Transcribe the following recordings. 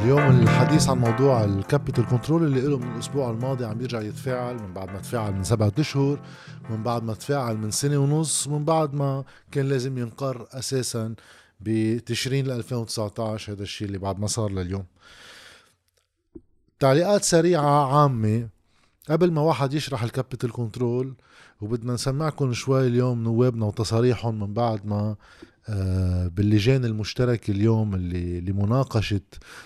اليوم الحديث عن موضوع الكابيتال كنترول اللي له من الأسبوع الماضي عم بيرجع يتفاعل من بعد ما تفاعل من 7 أشهر، من بعد ما تفاعل من سنة ونص، من بعد ما كان لازم ينقر أساسا بتشرين 2019. هذا الشيء اللي بعد ما صار لليوم. تعليقات سريعة عامة قبل ما واحد يشرح الكابيتال كنترول، وبدنا نسمعكم شوي اليوم نوابنا وتصاريحهم من بعد ما باللجان المشتركة اليوم اللي لمناقشة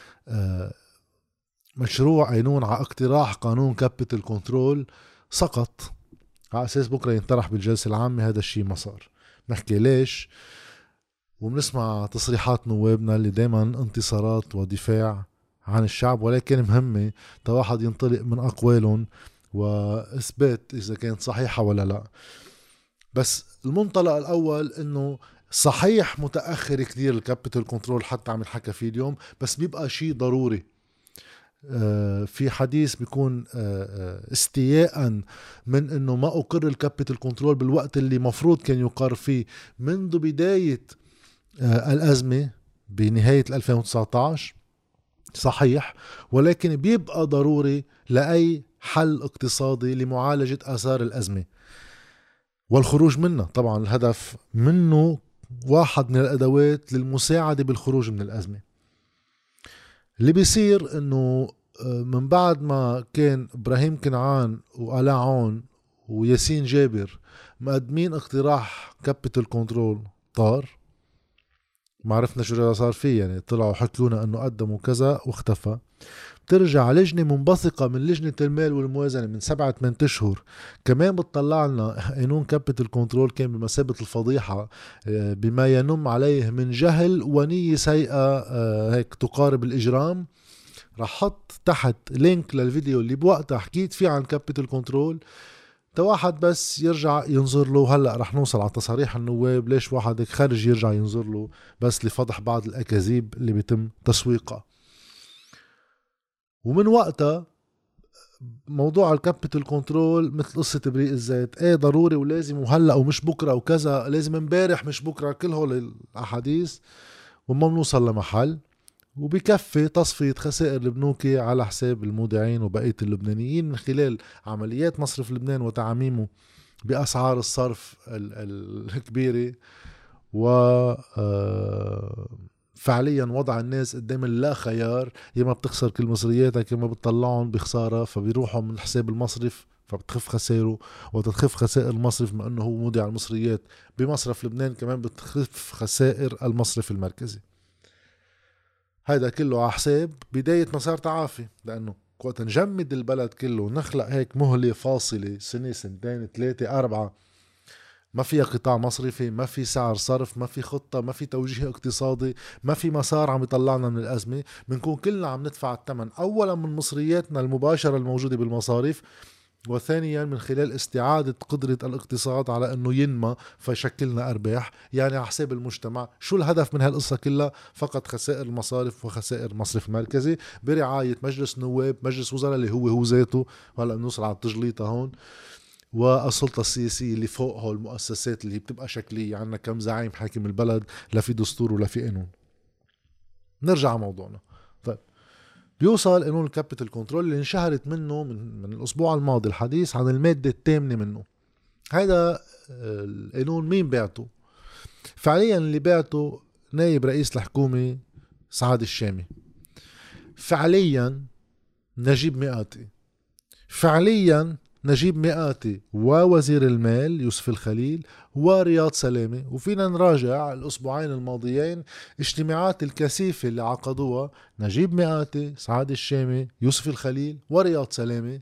مشروع قانون على اقتراح قانون كابيتال كنترول سقط، على اساس بكره ينطرح بالجلسه العامه. هذا الشيء ما صار. نحكي ليش، وبنسمع تصريحات نوابنا اللي دائما انتصارات ودفاع عن الشعب، ولكن مهمه واحد ينطلق من اقوالهم واثبات اذا كانت صحيحه ولا لا. بس المنطلق الاول انه صحيح متاخر كثير الكابيتال كنترول حتى عم نحكى فيه اليوم، بس بيبقى شيء ضروري. في حديث بيكون استياء من انه ما اقر الكابيتال كنترول بالوقت اللي مفروض كان يقر فيه منذ بداية الازمة بنهاية 2019. صحيح، ولكن بيبقى ضروري لأي حل اقتصادي لمعالجة آثار الأزمة والخروج منها. طبعا الهدف منه واحد من الأدوات للمساعدة بالخروج من الأزمة. اللي بيصير انه من بعد ما كان ابراهيم كنعان وآلاء عون وياسين جابر مقدمين اقتراح كابيتال كنترول، طار ما عرفنا شو صار فيه. يعني طلعوا حكونا انه قدموا كذا واختفى. بترجع لجنة منبثقة من لجنة المال والموازنة من 7-8 أشهر كمان بتطلع لنا قانون كابيتال كنترول كان بمثابة الفضيحة، بما ينم عليه من جهل ونية سيئة هيك تقارب الإجرام. رح حط تحت لينك للفيديو اللي بوقتها حكيت فيه عن كابيتال كنترول، واحد بس يرجع ينظر له. هلأ رح نوصل على تصاريح النواب ليش واحد خارج يرجع ينظر له، بس لفضح بعض الأكاذيب اللي بيتم تسويقها. ومن وقتها موضوع الكابيتال كنترول مثل قصة بريق الزيت، ايه ضروري ولازم وهلأ ومش بكرة وكذا، لازم امبارح مش بكرة، كل هول الأحاديث وما بنوصل لمحل. وبكفي تصفية خسائر البنوكي على حساب المودعين وبقية اللبنانيين من خلال عمليات مصرف لبنان وتعميمه بأسعار الصرف الكبيرة، و فعليا وضع الناس قدام اللا خيار. يا ما بتخسر كل مصرياتك يا ما بتطلعهم بخسارة، فبيروحوا من حساب المصرف فبتخف خسائره، وتتخف خسائر المصرف ما انه هو مودع المصريات بمصرف لبنان، كمان بتخف خسائر المصرف المركزي. هيدا كله على حساب بداية مسار تعافي، لأنه وقت نجمد البلد كله ونخلق هيك مهلة فاصلة سنة سنتين 3 4، ما فيها قطاع مصرفي، ما في سعر صرف، ما في خطة، ما في توجيه اقتصادي، ما في مسار عم يطلعنا من الأزمة. بنكون كلنا عم ندفع الثمن، أولا من مصرياتنا المباشرة الموجودة بالمصاريف، وثانيا من خلال استعادة قدرة الاقتصاد على انه ينمى فيشكلنا ارباح. يعني على حساب المجتمع. شو الهدف من هالقصة كلها؟ فقط خسائر المصارف وخسائر المصرف المركزي برعاية مجلس نواب، مجلس وزراء اللي هو ذاته، وهلا بنوصل على التجليطة هون، والسلطة السياسية اللي فوق هول المؤسسات اللي بتبقى شكلية. عنا كم زعيم حاكم البلد، لا في دستور ولا في قانون. نرجع على موضوعنا. طيب، بيوصل قانون الكابيتال كنترول اللي انشهرت منه من الاسبوع الماضي الحديث عن المادة الثامنة منه. هذا القانون مين بعته؟ فعليا اللي بعته نايب رئيس الحكومة سعاد الشامي، فعليا نجيب مئاتي، فعليا نجيب مئاتي ووزير المال يوسف الخليل ورياض سلامة. وفينا نراجع الأسبوعين الماضيين اجتماعات الكثيفة اللي عقدوها نجيب مئاتي، سعاد الشامي، يوسف الخليل ورياض سلامة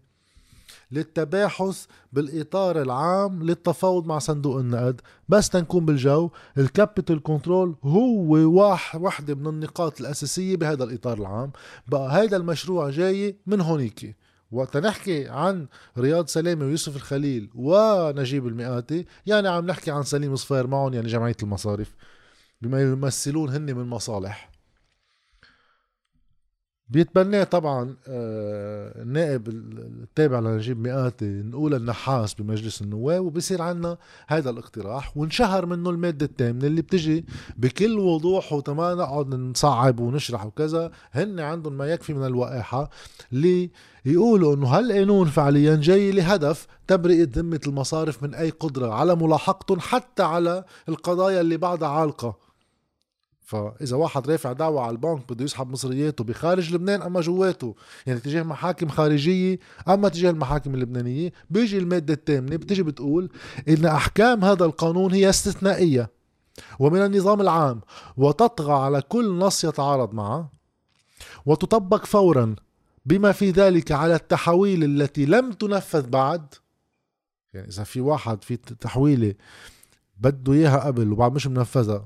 للتباحث بالإطار العام للتفاوض مع صندوق النقد. بس تنكون بالجو، الكابيتال كنترول هو واحدة من النقاط الأساسية بهذا الإطار العام. بقى هذا المشروع جاي من هونيك. وقت نحكي عن رياض سلامة ويوسف الخليل ونجيب المئاتي، يعني عم نحكي عن سليم صفير معهم، يعني جمعية المصارف، بما يمثلون هن من مصالح. بيتبناه طبعا النائب التابع لنجيب مئاتي، نقول النحاس بمجلس النواب، وبصير عنا هذا الاقتراح، وانشهر منه المادة الثامنة اللي بتجي بكل وضوح، وتما نقعد نصعب ونشرح وكذا. هن عندهم ما يكفي من الوقاحة اللي يقولوا انه هالقانون فعليا جاي لهدف تبرئة ذمة المصارف من اي قدرة على ملاحقتهم حتى على القضايا اللي بعدها عالقة. فاذا واحد رافع دعوة على البنك بده يسحب مصرياته بخارج لبنان اما جواته، يعني تجاه محاكم خارجية اما تجاه المحاكم اللبنانية، بيجي المادة الثامنة بتجي بتقول ان احكام هذا القانون هي استثنائية ومن النظام العام، وتطغى على كل نص يتعارض معه، وتطبق فورا بما في ذلك على التحويل التي لم تنفذ بعد. يعني اذا في واحد في تحويلة بده اياها قبل وبعد مش منفذها،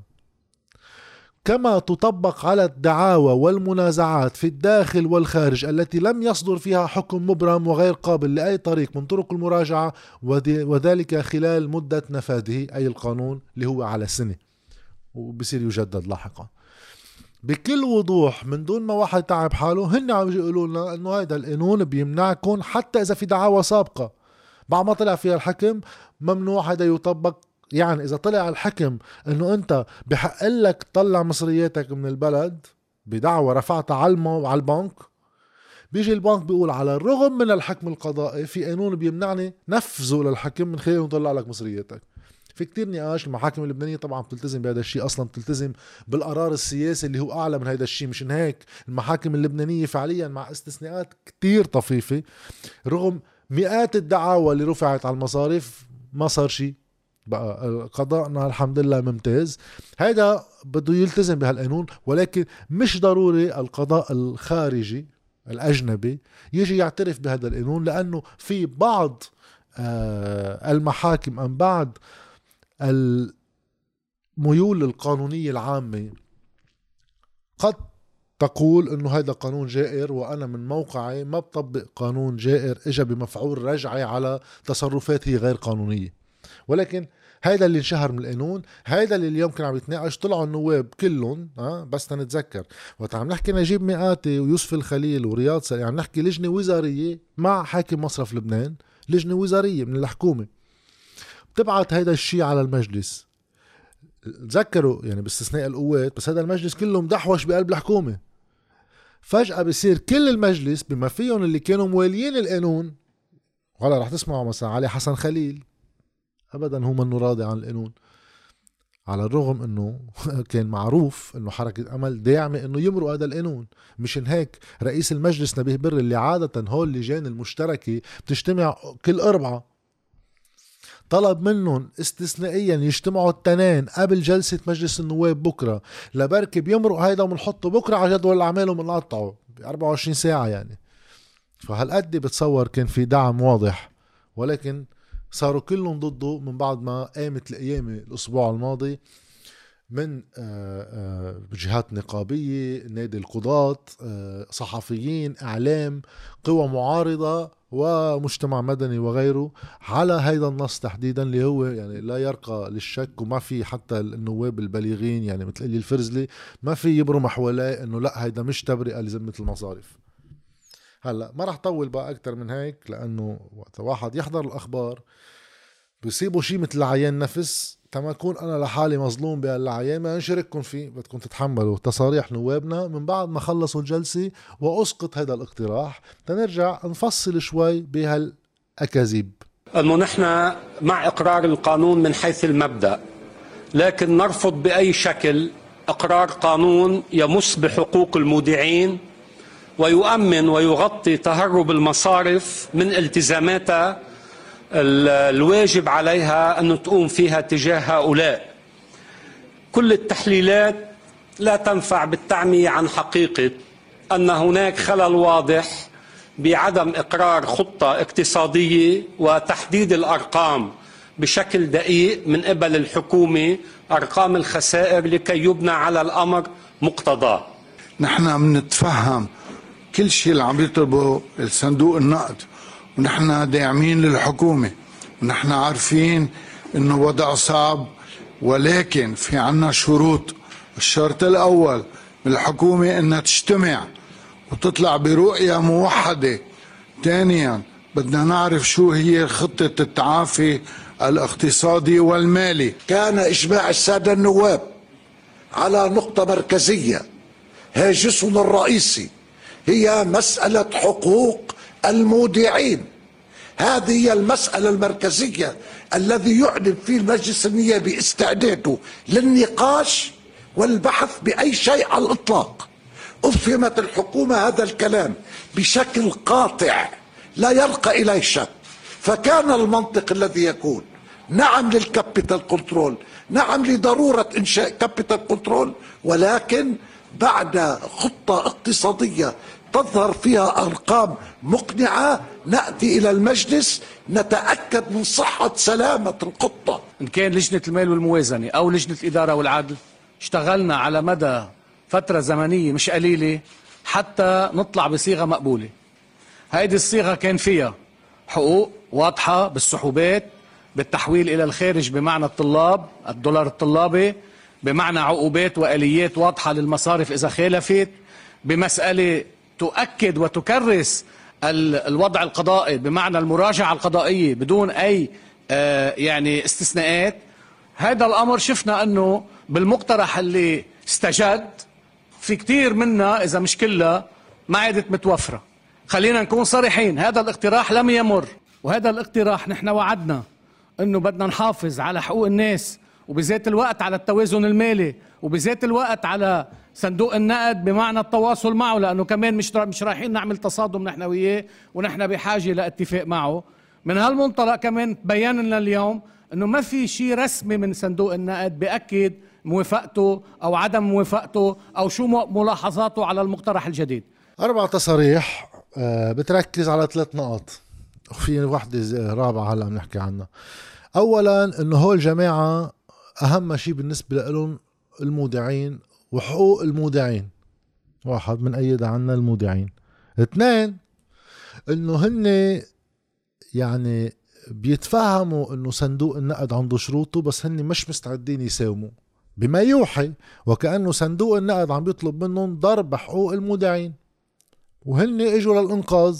كما تطبق على الدعاوى والمنازعات في الداخل والخارج التي لم يصدر فيها حكم مبرم وغير قابل لأي طريق من طرق المراجعة، وذلك خلال مدة نفاذه، أي القانون اللي هو على سنة وبصير يجدد لاحقا. بكل وضوح من دون ما واحد تعب حاله، هن عم يقولوا لنا انه هذا القانون بيمنعكم حتى اذا في دعاوى سابقة بعد ما طلع فيها الحكم ممنوع هذا يطبق. يعني اذا طلع الحكم انه انت بحق لك تطلع مصرياتك من البلد بدعوة رفعتها على البنك، بيجي البنك بيقول على الرغم من الحكم القضائي في قانون بيمنعني نفذه للحكم من خلاله نطلع لك مصرياتك. في كتير نقاش. المحاكم اللبنانية طبعا بتلتزم بهذا الشيء، اصلا بتلتزم بالقرار السياسي اللي هو اعلى من هذا الشيء. مشان هيك المحاكم اللبنانية فعليا مع استثناءات كتير طفيفة رغم مئات الدعاوى اللي رفعت على المصارف ما صار شيء. بقى قضاءنا الحمد لله ممتاز، هذا بده يلتزم بهالقانون، ولكن مش ضروري القضاء الخارجي الأجنبي يجي يعترف بهذا القانون، لأنه في بعض المحاكم أم بعض الميول القانونية العامة قد تقول انه هذا قانون جائر، وانا من موقعي ما بطبق قانون جائر اجى بمفعول رجعي على تصرفات هي غير قانونية. ولكن هيدا اللي انشهر من القانون، هيدا اللي اليوم كان عم يتناقش. طلعوا النواب كلهم بس تنتذكر وقت عم نحكي نجيب مئاتي ويوسف الخليل ورياض سري، عم نحكي لجنة وزارية مع حاكم مصرف لبنان، لجنة وزارية من الحكومة بتبعت هيدا الشيء على المجلس. تذكروا يعني باستثناء القوات، بس هذا المجلس كله مدحوش بقلب الحكومة. فجأة بصير كل المجلس بما فيهم اللي كانوا مواليين القانون، وهلا رح تسمعوا مثلا علي حسن خليل ابدا هو منه راضي عن القانون، على الرغم انه كان معروف انه حركة امل داعمة انه يمروا هذا القانون. مشان هيك رئيس المجلس نبيه بر اللي عادة هو اللجان المشتركة بتجتمع كل 4 طلب منهم استثنائيا يجتمعوا التنين قبل جلسة مجلس النواب بكرة لبركة بيمرق هيدا ومنحطه بكرة على جدول الأعمال ومنقطعه ب 24 ساعة يعني. فهالقد بتصور كان في دعم واضح، ولكن صاروا كلهم ضده من بعد ما قامت القيامة الأسبوع الماضي من جهات نقابية، نادي القضاة، صحفيين، إعلام، قوى معارضة ومجتمع مدني وغيره على هيدا النص تحديدا اللي هو يعني لا يرقى للشك. وما في حتى النواب البليغين يعني مثل اللي الفرزلي ما في يبرم حواليه انه لا هيدا مش تبرئة لذمة المصارف. هلا ما رح طول بقى اكتر من هيك، لانه وقت واحد يحضر الاخبار بيصيبوا شيء مثل عيان نفس، تما اكون انا لحالي مظلوم بهالعيان ما انشارككم فيه، بدكم تتحملوا تصاريح نوابنا من بعد ما خلصوا الجلسة واسقط هذا الاقتراح تنرجع نفصل شوي بهالاكاذيب. انه نحن مع اقرار القانون من حيث المبدأ، لكن نرفض باي شكل اقرار قانون يمس بحقوق المودعين ويؤمن ويغطي تهرب المصارف من التزاماتها الواجب عليها أن تقوم فيها تجاه هؤلاء. كل التحليلات لا تنفع بالتعمية عن حقيقة أن هناك خلل واضح بعدم إقرار خطة اقتصادية وتحديد الأرقام بشكل دقيق من قبل الحكومة، أرقام الخسائر لكي يبنى على الأمر مقتضاه. نحن بنتفهم كل شيء اللي عم يطلبه الصندوق النقد، ونحن داعمين للحكومة، ونحن عارفين انه وضع صعب، ولكن في عنا شروط. الشرط الاول من الحكومة انها تجتمع وتطلع برؤية موحدة. ثانيا بدنا نعرف شو هي خطة التعافي الاقتصادي والمالي. كان إجماع السادة النواب على نقطة مركزية هاجسنا الرئيسي هي مسألة حقوق المودعين. هذه هي المسألة المركزية الذي يعلن فيه المجلس النيابي استعداده للنقاش والبحث بأي شيء على الإطلاق. أفهمت الحكومة هذا الكلام بشكل قاطع لا يرقى إليه شك، فكان المنطق الذي يكون نعم للكابيتال كنترول، نعم لضرورة إنشاء كابيتال كنترول، ولكن بعد خطة اقتصادية تظهر فيها أرقام مقنعة نأتي إلى المجلس نتأكد من صحة سلامة الخطة. إن كان لجنة المال والموازنة أو لجنة الإدارة والعدل اشتغلنا على مدى فترة زمنية مش قليلة حتى نطلع بصيغة مقبولة. هيدي الصيغة كان فيها حقوق واضحة بالسحوبات، بالتحويل إلى الخارج بمعنى الطلاب، الدولار الطلابي، بمعنى عقوبات وآليات واضحة للمصارف إذا خالفت، بمسألة تؤكد وتكرس الوضع القضائي بمعنى المراجعة القضائية بدون أي يعني استثناءات. هذا الأمر شفنا أنه بالمقترح اللي استجد في كتير منا إذا مش كلها ما عادت متوفرة. خلينا نكون صريحين، هذا الاقتراح لم يمر، وهذا الاقتراح نحن وعدنا أنه بدنا نحافظ على حقوق الناس وبذات الوقت على التوازن المالي وبذات الوقت على صندوق النقد بمعنى التواصل معه، لأنه كمان مش رايحين نعمل تصادم نحن وياه ونحن بحاجة لاتفاق معه. من هالمنطلق كمان بيان لنا اليوم أنه ما في شيء رسمي من صندوق النقد بأكد موافقته أو عدم موافقته أو شو ملاحظاته على المقترح الجديد. 4 تصاريح بتركز على 3 نقط، وفي واحدة رابعة هلا بنحكي عنها. أولا إنه هول الجماعة أهم شيء بالنسبة لهم المودعين وحقوق المودعين، واحد من أيد عنا المودعين. 2 إنه هن يعني بيتفهموا إنه صندوق النقد عنده شروطه بس هن مش مستعدين يساوموا، بما يوحي وكأنه صندوق النقد عم بيطلب منهم ضرب حقوق المودعين وهن اجوا للإنقاذ.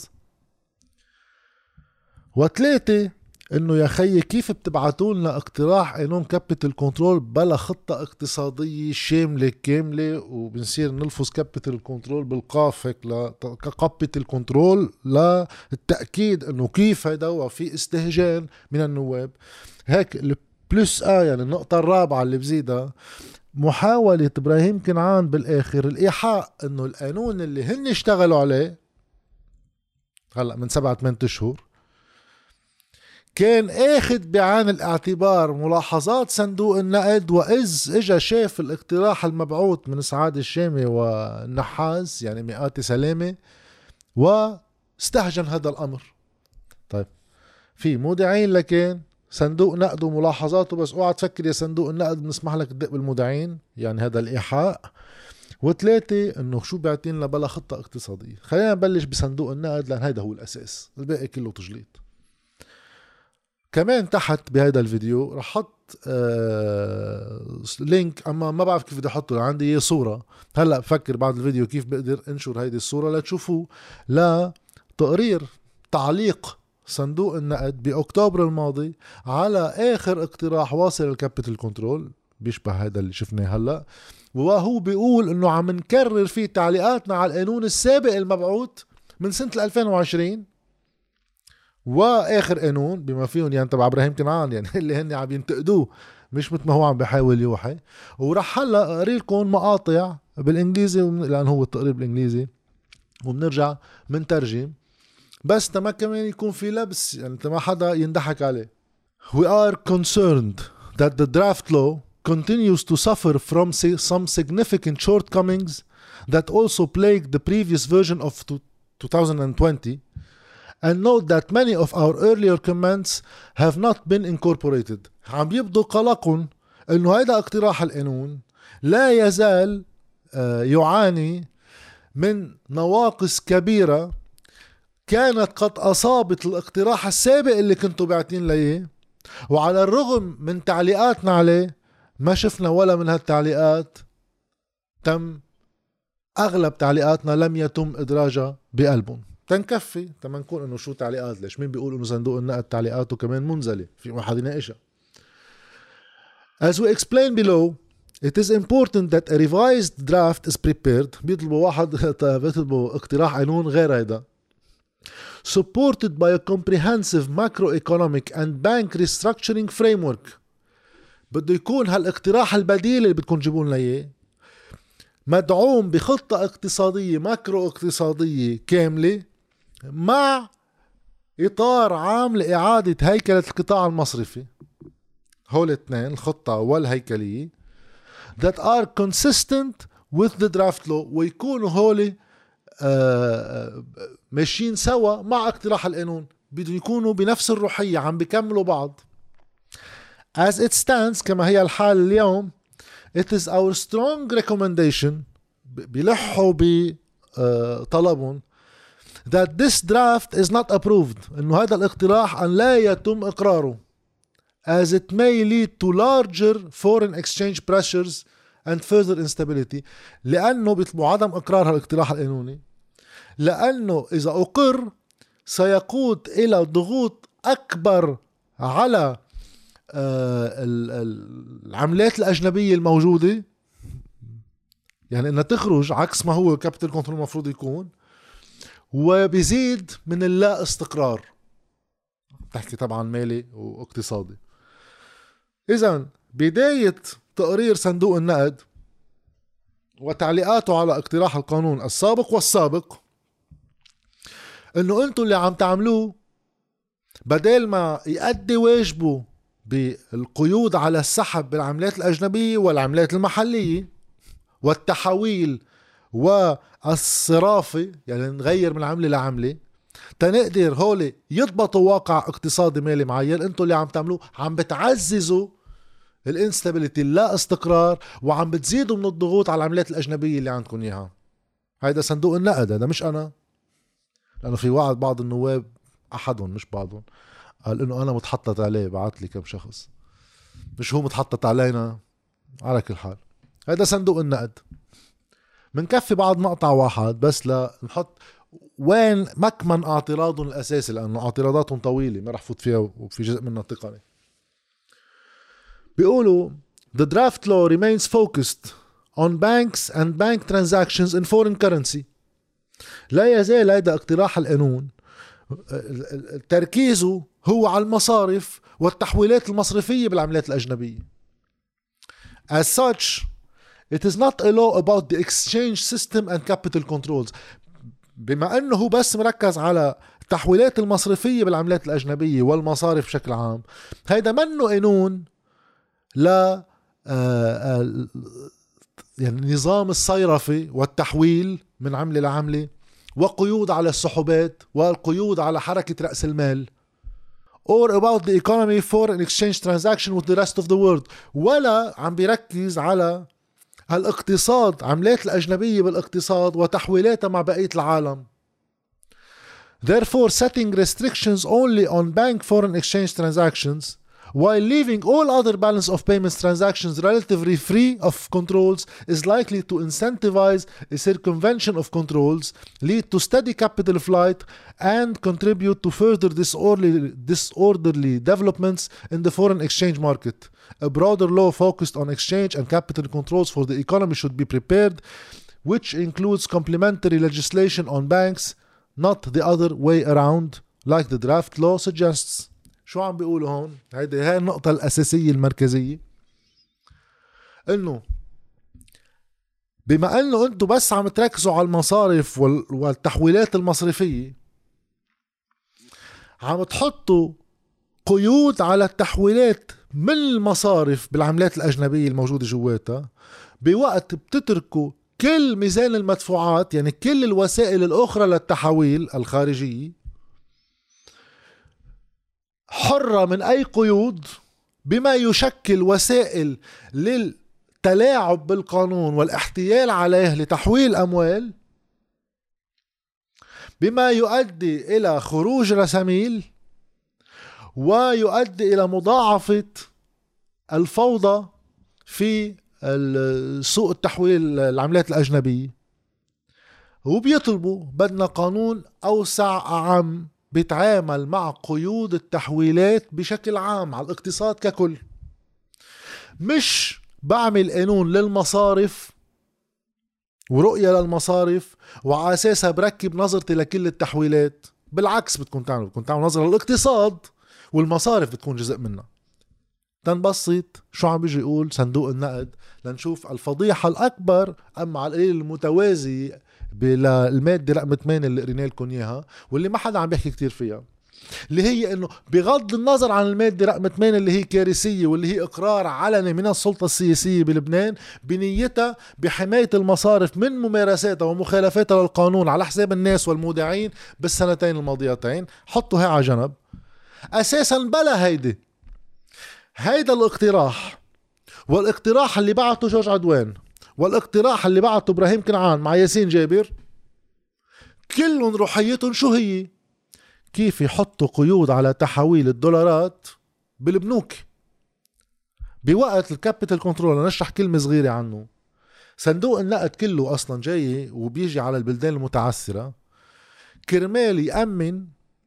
3 انه يا خيي كيف بتبعتوا لنا اقتراح قانون كابيتال كنترول بلا خطة اقتصادية شاملة كاملة وبنصير نلفظ كابيتال كنترول بالقاف هيك كابيتال كنترول للتأكيد انه كيف هيدا وفي استهجان من النواب. هيك البلس يعني النقطة الرابعة اللي بزيدها محاولة إبراهيم كنعان بالآخر الإيحاء انه القانون اللي هن اشتغلوا عليه هلأ من 7-8 أشهر كان اخد بعين الاعتبار ملاحظات صندوق النقد، وإذ اجا شاف الاقتراح المبعوث من سعاد الشامي والنحاس يعني مئات سلامة واستهجن هذا الأمر. طيب في مودعين لكن صندوق نقد وملاحظاته، بس اوعى تفكر يا صندوق النقد بنسمح لك تدق بالمودعين، يعني هذا الإيحاء. 3 انه شو بيعطين لنا بلا خطة اقتصادية. خلينا نبلش بصندوق النقد لأن هذا هو الأساس، الباقي كله تجليط. كمان تحت بهذا الفيديو رح حط لينك، اما ما بعرف كيف بدي احطه، عندي هي صورة هلا بفكر بعد الفيديو كيف بقدر انشر هيدي الصورة لتشوفوا لتقرير تعليق صندوق النقد باكتوبر الماضي على اخر اقتراح واصل الكابيتال كنترول بيشبه هذا اللي شفناه هلا، وهو بيقول انه عم نكرر فيه تعليقاتنا على القانون السابق المبعوث من سنة 2020 واخر قانون بما فيهم يعني تبع ابراهيم كنعان يعني اللي هن عم ينتقدوه مش مثل ما هو عم بيحاول يوحي. ورح هلا اقري لكم مقاطع بالانجليزي لان هو التقرير بالانجليزي وبنرجع منترجم بس تما كمان يكون في لبس يعني تما حدا يندحك عليه. We are concerned that the draft law continues to suffer from some significant shortcomings that also plagued the previous version of 2020 and note that many of our earlier comments have not been incorporated. عم يبدو قلقهم انه هذا اقتراح القانون لا يزال يعاني من نواقص كبيرة كانت قد أصابت الاقتراح السابق اللي كنتوا بعتين ليه، وعلى الرغم من تعليقاتنا عليه ما شفنا ولا من هالتعليقات تم أغلب تعليقاتنا لم يتم إدراجها بقلبهم. تنكفي تما نكون إنه شو تعليقات، ليش مين بيقول إنه صندوق النقد تعليقاته كمان منزلة في واحد يناقشها. As we explained below, it is important that a revised draft is prepared. بيطلبوا اقتراح قانون غير هيدا. Supported by a comprehensive macroeconomic and bank restructuring framework. بده يكون هالاقتراح البديل اللي بدكم تجيبوا لنا اياه مدعوم بخطة اقتصادية ماكرو اقتصادية كاملة مع إطار عام لإعادة هيكلة القطاع المصرفي. هول الاثنين الخطة والهيكلية that are consistent with the draft law، ويكونوا هولي ماشيين سوا مع اقتراح القانون، بدهم يكونوا بنفس الروحية، عم بيكملوا بعض. As it stands كما هي الحال اليوم، it is our strong recommendation بيلحوا بطلبهم that this draft is not approved، انه هذا الاقتراح ان لا يتم اقراره as it may lead to larger foreign exchange pressures and further instability. لأنه بيطلبوا عدم إقرار هالاقتراح القانوني، لأنه إذا أقر سيقود إلى ضغوط أكبر على العملات الأجنبية الموجودة، يعني إنها تخرج عكس ما هو كابيتال كنترول المفروض يكون، وبيزيد من اللا استقرار، تحكي طبعا مالي واقتصادي. إذن بداية تقرير صندوق النقد وتعليقاته على اقتراح القانون السابق والسابق انه انتوا اللي عم تعملوه بدل ما يؤدي واجبه بالقيود على السحب بالعملات الأجنبية والعملات المحلية والتحويل والصرافة، يعني نغير من عملة لعملة تنقدر هولي يضبطوا واقع اقتصادي مالي معين، انتوا اللي عم تعملوه عم بتعززوا الانستابيليتي اللا استقرار، وعم بتزيدوا من الضغوط على العملات الأجنبية اللي عندكم إياها. هيدا صندوق النقد، هذا مش أنا، لأنه في وعد بعض النواب أحدهم مش بعضهم قال إنه أنا متحطت عليه، بعت لي كم شخص، مش هو متحطت علينا. على كل حال هذا صندوق النقد. منكفي بعض مقطع واحد بس لنحط وين مكمن اعتراضهم الأساسي، لأنه اعتراضاتهم طويلة ما رح فوت فيها وفي جزء منها تقني. بيقولوا the draft law remains focused on banks and bank transactions in foreign currency. لا يزال هذا اقتراح القانون تركيزه هو على المصارف والتحويلات المصرفية بالعملات الأجنبية. As such, it is not a law about the exchange system and capital controls. بما أنه هو بس مركز على التحويلات المصرفية بالعملات الأجنبية والمصارف بشكل عام، هيدا منه قانون لا يعني نظام الصيرفة والتحويل من عملة لعملة، وقيود على السحوبات والقيود على حركة رأس المال، or about the economy foreign exchange transaction with the rest of the world، ولا عم بيركز على الاقتصاد، عملات الأجنبية بالاقتصاد وتحويلاتها مع بقية العالم. Therefore setting restrictions only on bank foreign exchange transactions while leaving all other balance of payments transactions relatively free of controls is likely to incentivize a circumvention of controls, lead to steady capital flight, and contribute to further disorderly developments in the foreign exchange market. A broader law focused on exchange and capital controls for the economy should be prepared, which includes complementary legislation on banks, not the other way around, like the draft law suggests. شو عم بيقولوا هون؟ هاي النقطة الأساسية المركزية، إنه بما إنه أنتوا بس عم تركزوا على المصارف والتحويلات المصرفية، عم تحطوا قيود على التحويلات من المصارف بالعملات الأجنبية الموجودة جواتها، بوقت بتتركوا كل ميزان المدفوعات، يعني كل الوسائل الأخرى للتحويل الخارجية حرة من أي قيود، بما يشكل وسائل للتلاعب بالقانون والاحتيال عليه لتحويل أموال، بما يؤدي إلى خروج رساميل ويؤدي إلى مضاعفة الفوضى في سوق التحويل العملات الأجنبية. وبيطلبوا بدنا قانون أوسع أعم بيتعامل مع قيود التحويلات بشكل عام على الاقتصاد ككل. مش بعمل قانون للمصارف ورؤية للمصارف وعلى أساسها بركب نظرتي لكل التحويلات. بالعكس بتكون تعمل نظرة للاقتصاد والمصارف بتكون جزء منها. تنبسط شو عم بيجي يقول صندوق النقد لنشوف الفضيحة الأكبر أما على القليل المتوازي بالمادة رقم 8 اللي قرينا لكم إياها واللي ما حدا عم بيحكي كتير فيها، اللي هي إنه بغض النظر عن المادة رقم 8 اللي هي كارثية واللي هي إقرار علني من السلطة السياسية بلبنان بنيتها بحماية المصارف من ممارساتها ومخالفاتها للقانون على حساب الناس والمودعين بالسنتين الماضيتين. حطوا هاي على جنب. أساسا بلا هيدا الاقتراح والاقتراح اللي بعته جورج عدوان والاقتراح اللي بعته إبراهيم كنعان مع ياسين جابر كلهم روحيتهم شو هي؟ كيف يحطوا قيود على تحويل الدولارات بالبنوك بوقت الكابيتال كنترول. نشرح كلمة صغيرة عنه. صندوق النقد كله أصلا جاي وبيجي على البلدان المتعثرة كرمال يأمن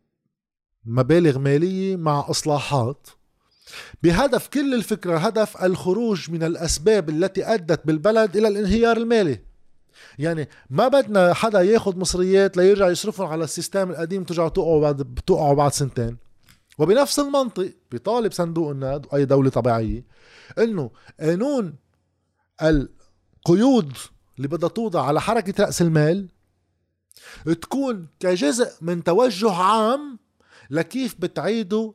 مبالغ مالية مع إصلاحات بهدف كل الفكرة هدف الخروج من الأسباب التي أدت بالبلد إلى الانهيار المالي. يعني ما بدنا حدا ياخد مصريات ليرجع يصرفهم على السيستم القديم ترجعوا تقعوا بعد سنتين. وبنفس المنطق بيطالب صندوق النقد وأي دولة طبيعية إنه قانون القيود اللي بدها توضع على حركة رأس المال تكون كجزء من توجه عام لكيف بتعيدوا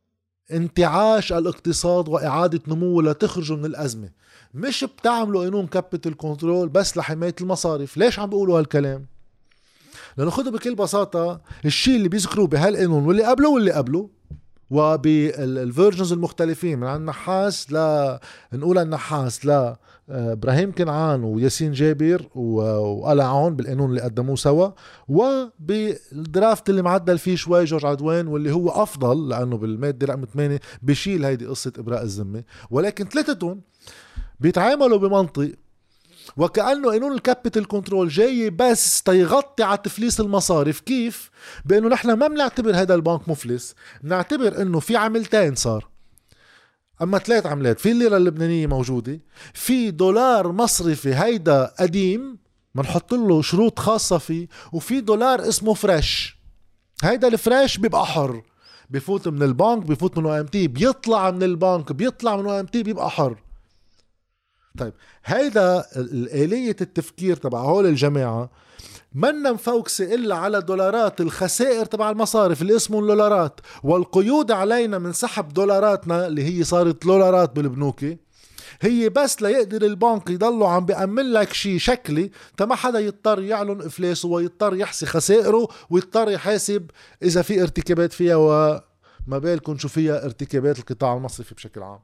انتعاش الاقتصاد وإعادة نموه لتخرجوا من الأزمة. مش بتعملوا قانون كابيتال كنترول بس لحماية المصارف. ليش عم بيقولوا هالكلام؟ لأنه خدوا بكل بساطة الشيء اللي بيذكروه بهالقانون واللي قبله وبالفيرجنز المختلفين من عن النحاس نقول النحاس إبراهيم كنعان وياسين جابر وقلعون بالقانون اللي قدموه سوا وبالدرافت اللي معدل فيه شوي جورج عدوان واللي هو أفضل لأنه بالمادة رقم 8 بيشيل هيدي قصة إبراء الذمة. ولكن ثلاثتهم بيتعاملوا بمنطق وكأنه قانون الكابيتال كنترول جاي بس تيغطي على تفليس المصارف. كيف؟ بأنه نحن ما بنعتبر هذا البنك مفلس، بنعتبر أنه في عملتين صار أما 3 عملات. في الليرة اللبنانية موجودة، في دولار مصرفي هيدا قديم منحط له شروط خاصة فيه، وفي دولار اسمه فريش. هيدا الفريش بيبقى حر، بيفوت من البنك بيفوت من OMT بيطلع من البنك بيطلع من OMT بيبقى حر. طيب هيدا الآلية التفكير تبع هول الجماعة منا مفوكسة إلا على دولارات الخسائر تبع المصارف اللي اسمهم دولارات والقيود علينا من سحب دولاراتنا اللي هي صارت دولارات بالبنوك هي بس ليقدر البنك يضلوا عم بيأمن لك شيء شكلي ما حدا يضطر يعلن إفلاسه ويضطر يحسي خسائره ويضطر يحاسب إذا في ارتكابات فيها وما بالكم شو فيها ارتكابات القطاع المصرفي بشكل عام.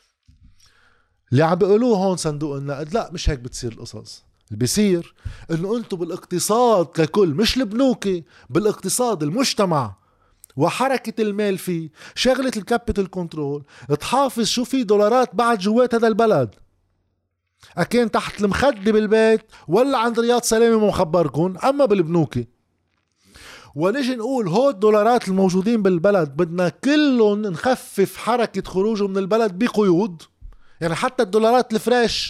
اللي عم بيقولوه هون صندوق النقد لا مش هيك بتصير القصص. اللي بيصير انه انتم بالاقتصاد ككل مش البنوكي بالاقتصاد المجتمع وحركة المال فيه شغلة الكابيتال كنترول تحافظ شو في دولارات بعد جوات هذا البلد اكين تحت المخدة بالبيت ولا عند رياض سلامة مخبركن اما بالبنوكي. ونجي نقول هو الدولارات الموجودين بالبلد بدنا كلهم نخفف حركة خروجه من البلد بقيود. يعني حتى الدولارات الفريش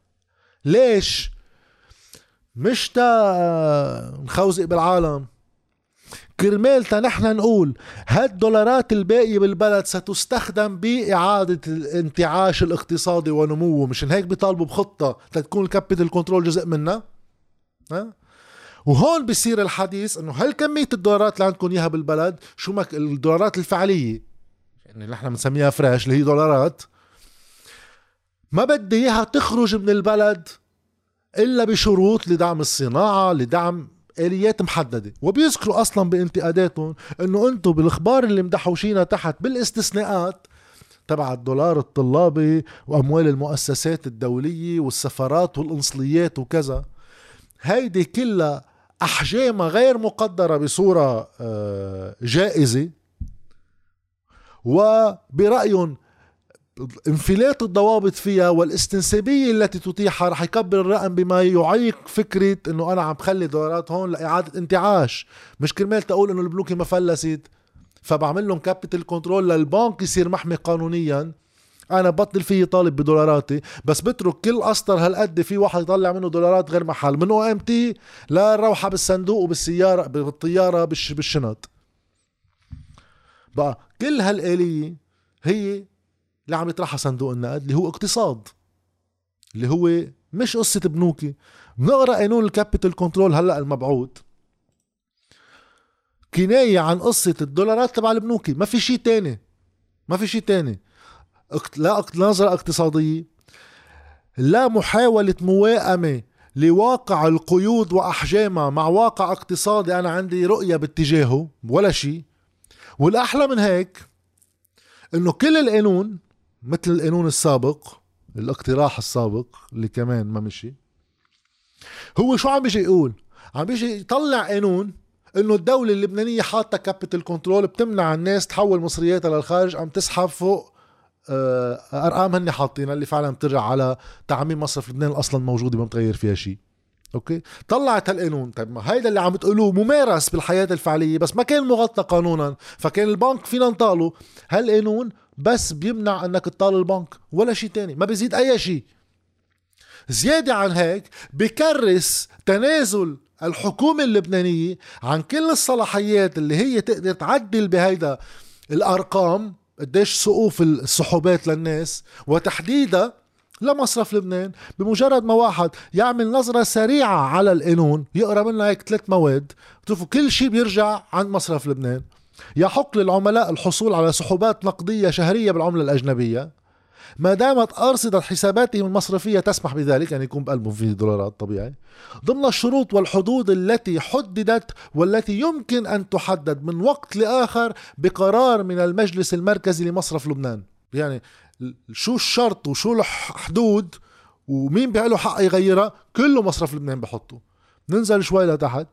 ليش؟ مش تا نخوزق بالعالم كرمال تا نحن نقول هالدولارات الباقية بالبلد ستستخدم بإعادة الانتعاش الاقتصادي ونموه. مشان هيك بيطالبوا بخطة تكون الكابيتال كنترول جزء منها. وهون بيصير الحديث انه هل كمية الدولارات اللي عندكم اياها بالبلد شو الدولارات الفعلية يعني اللي احنا بنسميها فريش اللي هي دولارات ما بدي اياها تخرج من البلد إلا بشروط لدعم الصناعة لدعم آليات محددة. وبيذكروا أصلا بانتقاداتهم أنه أنتوا بالإخبار اللي مدحوشينا تحت بالاستثناءات تبع الدولار الطلابي وأموال المؤسسات الدولية والسفارات والقنصليات وكذا هيدي كلها أحجامها غير مقدرة بصورة جائزة وبرأيهم انفلات الضوابط فيها والاستنسابية التي تتيحها رح يكبر الرقم بما يعيق فكرة انه انا عم بخلي دولارات هون لإعادة انتعاش، مش كرمال تقول انه البنوك ما فلست. فبعمل لهم كابيتال كنترول للبنك يصير محمي قانونيا، انا بطل فيه طالب بدولاراتي، بس بترك كل اسطر هالقد في واحد يطلع منه دولارات غير محل من OMT للروحة بالصندوق وبالسيارة بالطيارة بالشنط. بقى كل هالآلية هي اللي عم يطرحها صندوق النقد اللي هو اقتصاد، اللي هو مش قصة بنوكي. بنقرأ قانون الكابيتال كنترول هلأ المبعوث كناية عن قصة الدولارات تبع البنوكي، ما في شيء تاني، ما في شيء تاني. لا نظرة اقتصادية، لا محاولة موائمة لواقع القيود وأحجامها مع واقع اقتصادي أنا عندي رؤية باتجاهه ولا شيء. والأحلى من هيك إنه كل القانون مثل القانون السابق، الاقتراح السابق اللي كمان ما مشي، هو شو عم بيجي يقول؟ عم بيجي يطلع قانون إنه الدولة اللبنانية حاطة كابيتال كنترول بتمنع الناس تحول مصرياتها للخارج، عم تسحب فوق ارقام هن حاطينها اللي فعلا بترجع على تعميم مصرف لبنان اصلا موجوده ما متغير فيها شيء. اوكي طلعت هالقانون. طيب ما هيدا اللي عم تقولوه ممارس بالحياه الفعليه بس ما كان مغطى قانونا، فكان البنك فينا نطاله. هالقانون بس بيمنع انك تطال البنك ولا شيء تاني، ما بيزيد اي شيء. زياده عن هيك بكرس تنازل الحكومه اللبنانيه عن كل الصلاحيات اللي هي تقدر تعدل بهيدا الارقام قديش سقوف السحوبات للناس وتحديدا لمصرف لبنان. بمجرد ما واحد يعمل نظرة سريعة على القانون يقرأ منها هيك 3 مواد بتشوفوا كل شيء بيرجع عند مصرف لبنان. يحق للعملاء الحصول على سحوبات نقدية شهرية بالعملة الأجنبية ما دامت أرصدة حساباتهم المصرفية تسمح بذلك، يعني يكون بقلبهم فيه دولارات طبيعي، ضمن الشروط والحدود التي حددت والتي يمكن أن تحدد من وقت لآخر بقرار من المجلس المركزي لمصرف لبنان. يعني شو الشرط وشو الحدود ومين بيعله حق يغيرها كله مصرف لبنان بحطه. ننزل شوي لتحت.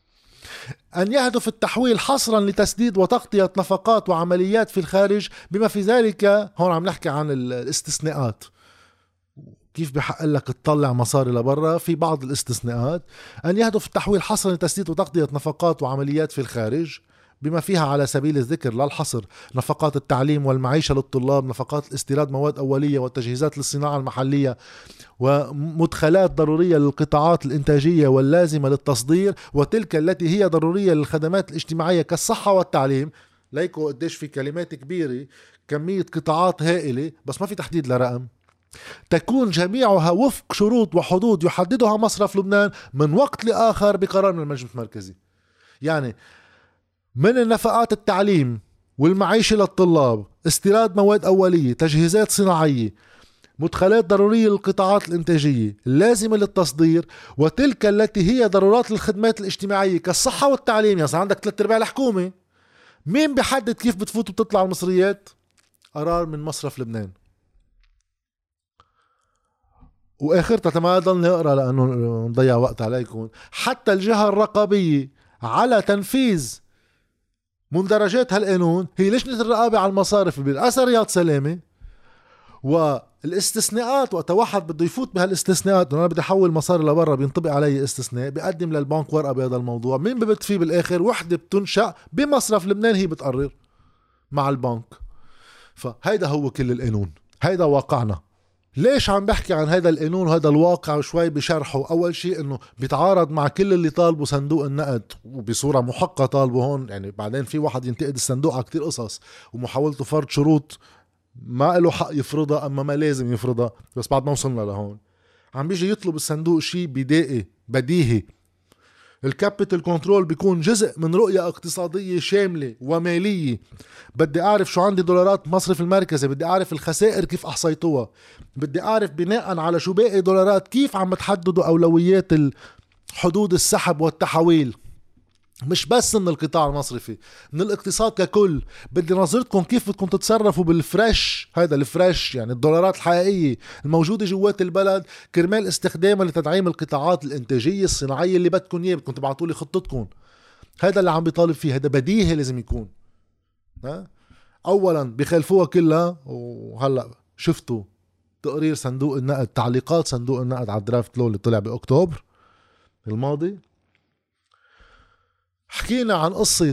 أن يهدف التحويل حصرا لتسديد وتغطية نفقات وعمليات في الخارج بما في ذلك. هون عم نحكي عن الاستثناءات، كيف بحق لك تطلع مصاري لبرا في بعض الاستثناءات. أن يهدف التحويل حصرا لتسديد وتغطية نفقات وعمليات في الخارج بما فيها على سبيل الذكر لا الحصر نفقات التعليم والمعيشة للطلاب، نفقات الاستيراد مواد أولية والتجهيزات للصناعة المحلية، ومدخلات ضرورية للقطاعات الإنتاجية واللازمة للتصدير، وتلك التي هي ضرورية للخدمات الاجتماعية كالصحة والتعليم. ليكو قديش في كلمات كبيرة، كمية قطاعات هائلة بس ما في تحديد لرقم. تكون جميعها وفق شروط وحدود يحددها مصرف لبنان من وقت لآخر بقرار من المجلس المركزي. يعني من النفقات التعليم والمعيشة للطلاب، استيراد مواد أولية، تجهيزات صناعية، مدخلات ضرورية للقطاعات الإنتاجية اللازمة للتصدير، وتلك التي هي ضرورات للخدمات الاجتماعية كالصحة والتعليم. يعني عندك 3/4 الحكومة. مين بيحدد كيف بتفوت وبتطلع المصريات؟ قرار من مصرف لبنان. واخرتها ما ضل نقرا لانه نضيع وقت عليكم. حتى الجهة الرقابية على تنفيذ مندرجات هالقانون هي لجنة الرقابة على المصارف بالرئاسة رياض سلامة. والاستثناءات وقت واحد بده يفوت بهالاستثناءات، انا بدي احول مصاري لبرا بينطبق علي استثناء، بقدم للبنك ورقة بهذا الموضوع. مين ببت فيه بالاخر؟ وحدة بتنشأ بمصرف لبنان هي بتقرر مع البنك. فهيدا هو كل القانون، هيدا واقعنا. ليش عم بحكي عن هذا القانون وهذا الواقع وشوي بشرحه؟ أول شيء إنه بيتعارض مع كل اللي طالبه صندوق النقد وبصورة محقة طالبه هون. يعني بعدين في واحد ينتقد الصندوق على كتير قصص ومحاولته فرض شروط ما له حق يفرضها أما ما لازم يفرضها، بس بعد ما وصلنا لهون عم بيجي يطلب الصندوق شيء بدائي بديهي. الكابيتال كنترول بيكون جزء من رؤية اقتصادية شاملة ومالية. بدي أعرف شو عندي دولارات مصرف المركزي، بدي أعرف الخسائر كيف أحصيتوها، بدي أعرف بناء على شو باقي دولارات كيف عم تحددوا أولويات حدود السحب والتحويل، مش بس من القطاع المصرفي، من الاقتصاد ككل. بدي نظرتكم كيف بدكم تتصرفوا بالفريش، هذا الفريش يعني الدولارات الحقيقية الموجودة جوات البلد كرمال استخدامها لتدعيم القطاعات الانتاجية الصناعية اللي بدكم اياه. بدكم تبعتوا لي خطتكم. هذا اللي عم بيطالب فيه، هذا بديهي لازم يكون. اولا بخلفوها كلها، وهلا شفتوا تقرير صندوق النقد، تعليقات صندوق النقد على الدرافت لو اللي طلع بأكتوبر الماضي. حكينا عن قصة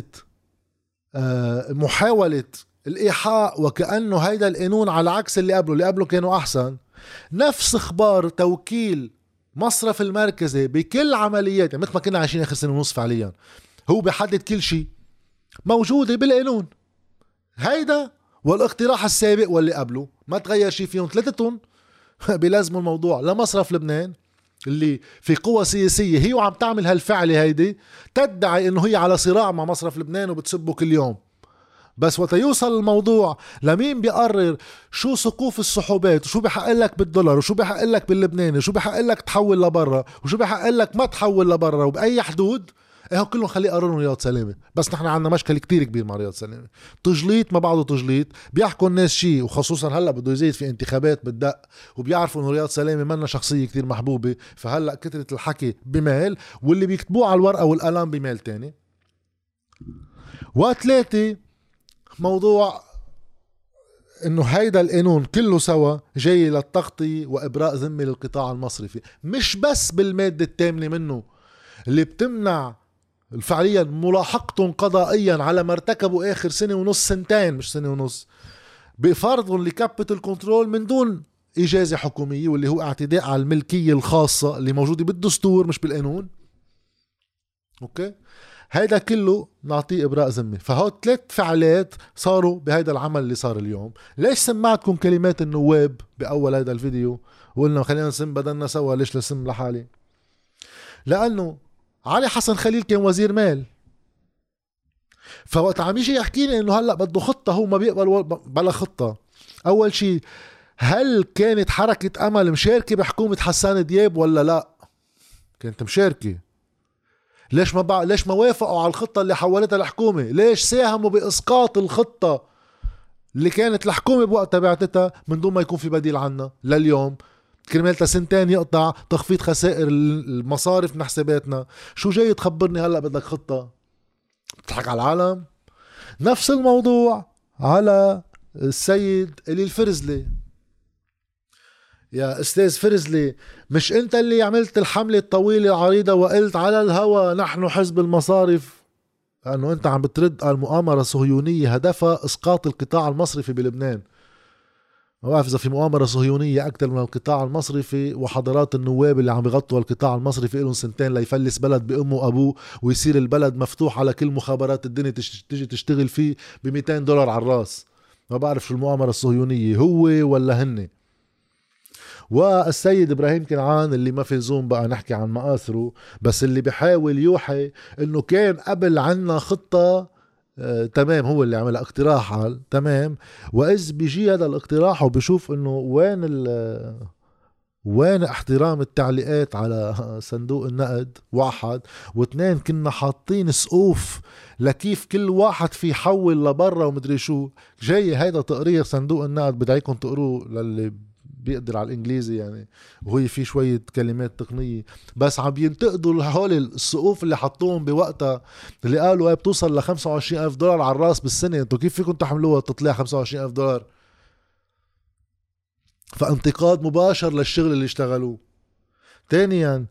محاولة الإيحاء وكأنه هيدا القانون على عكس اللي قبله كانوا أحسن. نفس اخبار توكيل مصرف المركزي بكل عمليات، يعني مثل ما كنا عايشين آخر سنة ونص فعليا، هو بيحدد كل شيء موجودة بالقانون. هيدا والاقتراح السابق واللي قبله ما تغير شيء فيهم ثلاثتهم. بيلازموا الموضوع لمصرف لبنان اللي في قوة سياسية هي وعم تعمل هالفعلة هيدي، تدعي انه هي على صراع مع مصرف لبنان وبتسبه كل يوم. بس وقت يوصل الموضوع لمين بيقرر شو سقوف السحوبات وشو بيحق لك بالدولار وشو بيحق لك باللبناني وشو بيحق لك تحول لبرا وشو بيحق لك ما تحول لبرا وبأي حدود، ايه كلهم خليه يقرروا رياض سلامة. بس نحن عندنا مشكل كتير كبير مع رياض سلامة، تجليط ما بعده تجليط. بيحكوا الناس شيء، وخصوصا هلا بده يزيد في انتخابات بالدق، وبيعرفوا انه رياض سلامة منا شخصية كتير محبوبة، فهلا كترة الحكي بمال واللي بيكتبوه على الورقة والقلم بمال تاني. وثلاثة، موضوع انه هيدا القانون كله سوا جاي للتغطية وابراء ذمة للقطاع المصرفي، مش بس بالمادة الثامنة منه اللي بتمنع فعليا ملاحقتهم قضائيا على ما ارتكبوا اخر سنة ونص، سنتين مش سنة ونص، بفرضهم لكابيتال كنترول من دون اجازة حكومية، واللي هو اعتداء على الملكية الخاصة اللي موجودة بالدستور مش بالقانون. اوكي، هيدا كله نعطيه ابراء ذمه. فهو 3 فعالات صاروا بهيدا العمل اللي صار اليوم. ليش سمعتكم كلمات النواب باول هيدا الفيديو وقلنا خلينا نسم بدلنا سوا؟ ليش لسم لحالي؟ لانه علي حسن خليل كان وزير مال، فوقت عم يجي يحكي لي انه هلا بده خطه، هو ما بيقبل بلا خطه. اول شيء، هل كانت حركه امل مشاركه بحكومه حسان دياب ولا لا؟ كانت مشاركه. ليش ما وافقوا على الخطة اللي حولتها الحكومة؟ ليش ساهموا بإسقاط الخطة اللي كانت الحكومة بوقتها بعتتها من دون ما يكون في بديل عنها لليوم؟ كرمالتها سنتين يقطع تخفيض خسائر المصارف من حساباتنا. شو جاي تخبرني هلأ بدك خطة؟ بتضحك على العالم. نفس الموضوع على السيد إلي الفرزلي. يا أستاذ فرزلي، مش أنت اللي عملت الحملة الطويلة العريضة وقلت على الهوى نحن حزب المصارف؟ لأنه أنت عم بترد على مؤامرة صهيونية هدفها إسقاط القطاع المصرفي بلبنان. ما بعرف إذا في مؤامرة صهيونية أكثر من القطاع المصرفي، وحضرات النواب اللي عم بيغطوا القطاع المصرفي لهم سنتين ليفلس بلد بأمه وأبوه ويصير البلد مفتوح على كل مخابرات الدنيا تيجي تشتغل فيه ب$200 على الراس. ما بعرف شو المؤامرة الصهيونية، هو ولا هن. والسيد إبراهيم كنعان اللي ما في لزوم بقى نحكي عن مآثره، بس اللي بيحاول يوحي انه كان قبل عنا خطة تمام، هو اللي عملها اقتراح تمام، وإذ بيجي هذا الاقتراح وبيشوف انه وين احترام التعليقات على صندوق النقد، 1 و2 كنا حاطين سقوف لكيف كل واحد في يحول لبرا ومدري شو. جاي هيدا تقرير صندوق النقد، بدعيكم تقروه للي بيقدر على الانجليزي يعني، وهي في شوية كلمات تقنية، بس عم ينتقدوا هول السقوف اللي حطوهم بوقتها، اللي قالوا بتوصل $25,000 على الراس بالسنة. انتو كيف فيكم تحملوها تطلع $25,000؟ فانتقاد مباشر للشغل اللي اشتغلوه. ثانيا،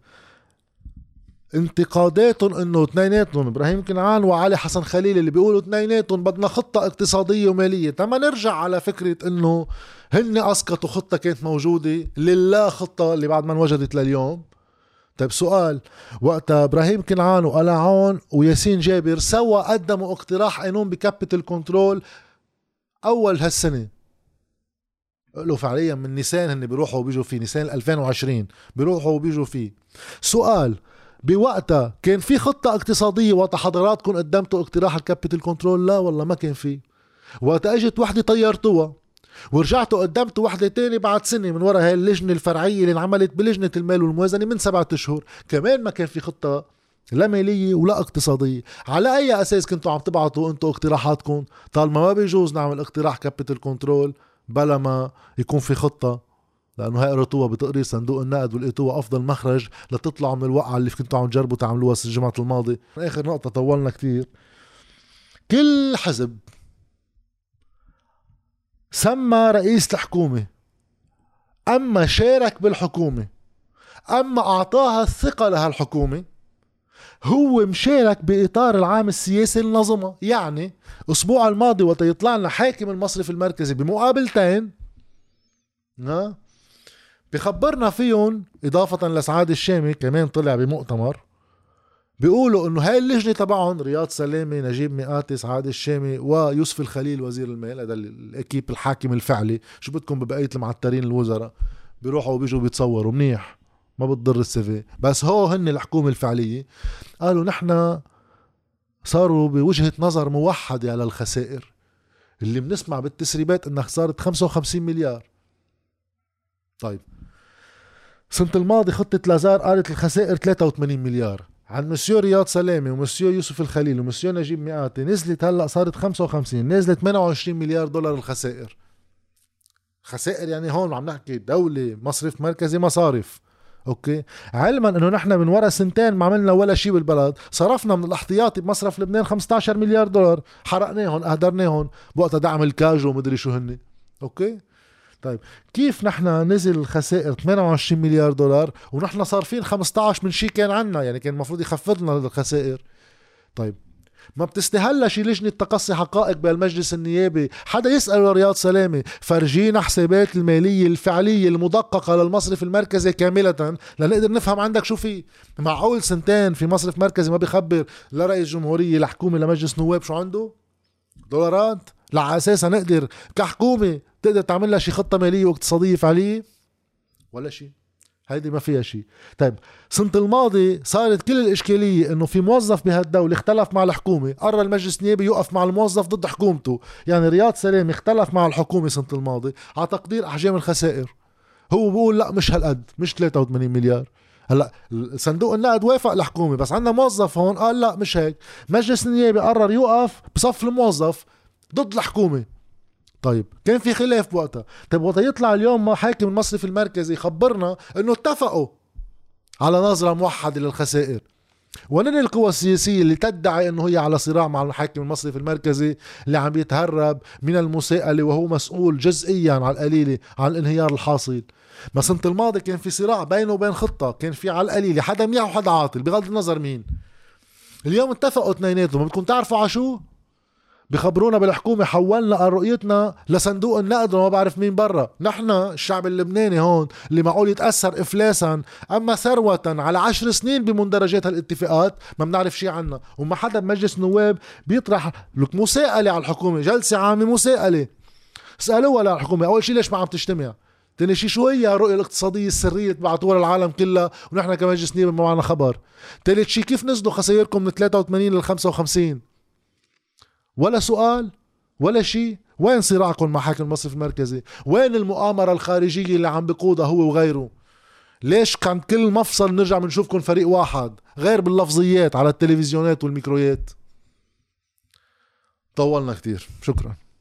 انتقاداتهم انه اثنيناتهم ابراهيم كنعان وعلي حسن خليل اللي بيقولوا اثنيناتهم بدنا خطة اقتصادية ومالية. تما نرجع على فكرة انه هن اسقطوا خطة كانت موجودة لله، خطة اللي بعد ما انوجدت لليوم. طيب سؤال، وقتها ابراهيم كنعان وقلعون وياسين جابر سوا قدموا اقتراح قانون بكابيتال كنترول اول هالسنة، له فعليا من نيسان هن بيروحوا وبيجوا فيه، نيسان 2020 بيروحوا وبيجوا فيه. سؤال، بوقتها كان في خطة اقتصادية وقت حضراتكم قدمتوا اقتراح الكابيتال كنترول؟ لا والله ما كان في. وقت اجت وحدة طيرتوها ورجعتوا قدمتوا وحدة تاني بعد سنة من وراء هاي اللجنة الفرعية اللي انعملت بلجنة المال والموازنة من 7 أشهر، كمان ما كان في خطة لا مالية ولا اقتصادية. على اي اساس كنتوا عم تبعتوا انتوا اقتراحاتكم طالما ما بيجوز نعمل اقتراح كابيتال كنترول بلا ما يكون في خطة؟ لأنه هاي قرأتوها بتقرير صندوق النقد ولقيتوها أفضل مخرج لتطلعوا من الوقعة اللي كنتوا عم تجربوا تعملوها الجمعة الماضية. آخر نقطة طولنا كتير، كل حزب سمى رئيس الحكومة أما شارك بالحكومة، أما أعطاها الثقة لها الحكومة، هو مشارك بإطار العام السياسي النظمة. يعني أسبوع الماضي وقت يطلع لنا حاكم المصرف المركزي بمقابلتين بخبرنا فيهم، إضافة لسعاد الشامي كمان طلع بمؤتمر بيقولوا انه هاي اللجنة تبعهم رياض سلامة، نجيب مئاتي، سعاد الشامي، ويوسف الخليل وزير المال، هذا الاكيب الحاكم الفعلي. شو بدكم ببقية المعترين الوزراء بيروحوا وبيجوا بيتصوروا منيح، ما بتضر السيفي، بس هو هن الحكومة الفعلية. قالوا نحن صاروا بوجهة نظر موحدة على الخسائر اللي بنسمع بالتسريبات انها صارت 55 مليار. طيب سنة الماضي خطة لازار قالت الخسائر 83 مليار، عن مسيو رياض سلامة ومسيو يوسف الخليل ومسيو نجيب مئاتي نزلت هلأ صارت 55، نزلت 28 مليار دولار الخسائر. خسائر يعني هون عم نحكي دولة، مصرف مركزي، مصارف. اوكي، علما انه نحن من ورا سنتين ما عملنا ولا شيء بالبلد، صرفنا من الاحتياطي بمصرف لبنان 15 مليار دولار، حرقناهم اهدرناهم بوقت دعم الكاجو ومدري شو هن. اوكي طيب كيف نحن نزل الخسائر 28 مليار دولار ونحن صارفين 15 من شيء كان عنا؟ يعني كان المفروض يخفض لنا الخسائر. طيب ما بتستهلا شي لجنة تقصي حقائق بالمجلس النيابي حدا يسأل رياض سلامة فرجينا حسابات المالية الفعلية المدققة للمصرف المركزي كاملة لنقدر نفهم عندك شو في. معقول سنتين في مصرف مركزي ما بيخبر لا رئيس جمهورية لحكومة لمجلس نواب شو عنده دولارات لا أساسا نقدر كحكومة تقدر تعمل لها شي خطة مالية واقتصادية فعلية ولا شي؟ هيدي ما فيها شيء. طيب سنة الماضي صارت كل الإشكالية إنه في موظف بهالدولة اختلف مع الحكومة، قرر المجلس النيابي يوقف مع الموظف ضد حكومته. يعني رياض سلامة اختلف مع الحكومة سنة الماضي على تقدير أحجام الخسائر، هو بيقول لا مش هالقد، مش 83 مليار. هلا صندوق النقد وافق الحكومة بس عندنا موظف هون قال لا مش هيك، مجلس النيابي قرر يوقف بصف الموظف ضد الحكومة. طيب كان في خلاف بوقتها. طيب وقت يطلع اليوم ما حاكم المصرف المركزي خبرنا انه اتفقوا على نظرة موحدة للخسائر، ونن القوى السياسية اللي تدعي انه هي على صراع مع الحاكم المصرف المركزي اللي عم يتهرب من المساءلة وهو مسؤول جزئيا على القليلة عن الانهيار الحاصل. ما سنة الماضي كان في صراع بينه وبين خطة، كان في على القليلة حدا منيح وحدا عاطل بغض النظر مين. اليوم اتفقوا اثنيناتهم، بدكم تعرفوا عشو؟ بخبرونا بالحكومة حولنا رؤيتنا لصندوق النقد وما بعرف مين برا. نحن الشعب اللبناني هون اللي معقول يتأثر إفلاسا أما ثروة على 10 سنين بمندرجات هالاتفاقات ما بنعرف شي عنا، وما حدا بمجلس النواب بيطرح لك مساءلة على الحكومة، جلسة عامة مساءلة اسألوها للحكومة. أول شي ليش ما عم تجتمع؟ تاني شي شو هي الرؤية الاقتصادية السرية اللي تبعتوها للعالم كلها ونحن كمجلس نيابي ما معنا خبر؟ تالت شي كيف نزلوا خسائركم من 83 لل 55؟ ولا سؤال ولا شيء. وين صراعكم مع حاكم المصرف المركزي؟ وين المؤامرة الخارجية اللي عم بقودها هو وغيره؟ ليش كان كل مفصل نرجع بنشوفكم فريق واحد غير باللفظيات على التلفزيونات والميكرويات؟ طولنا كتير، شكرا.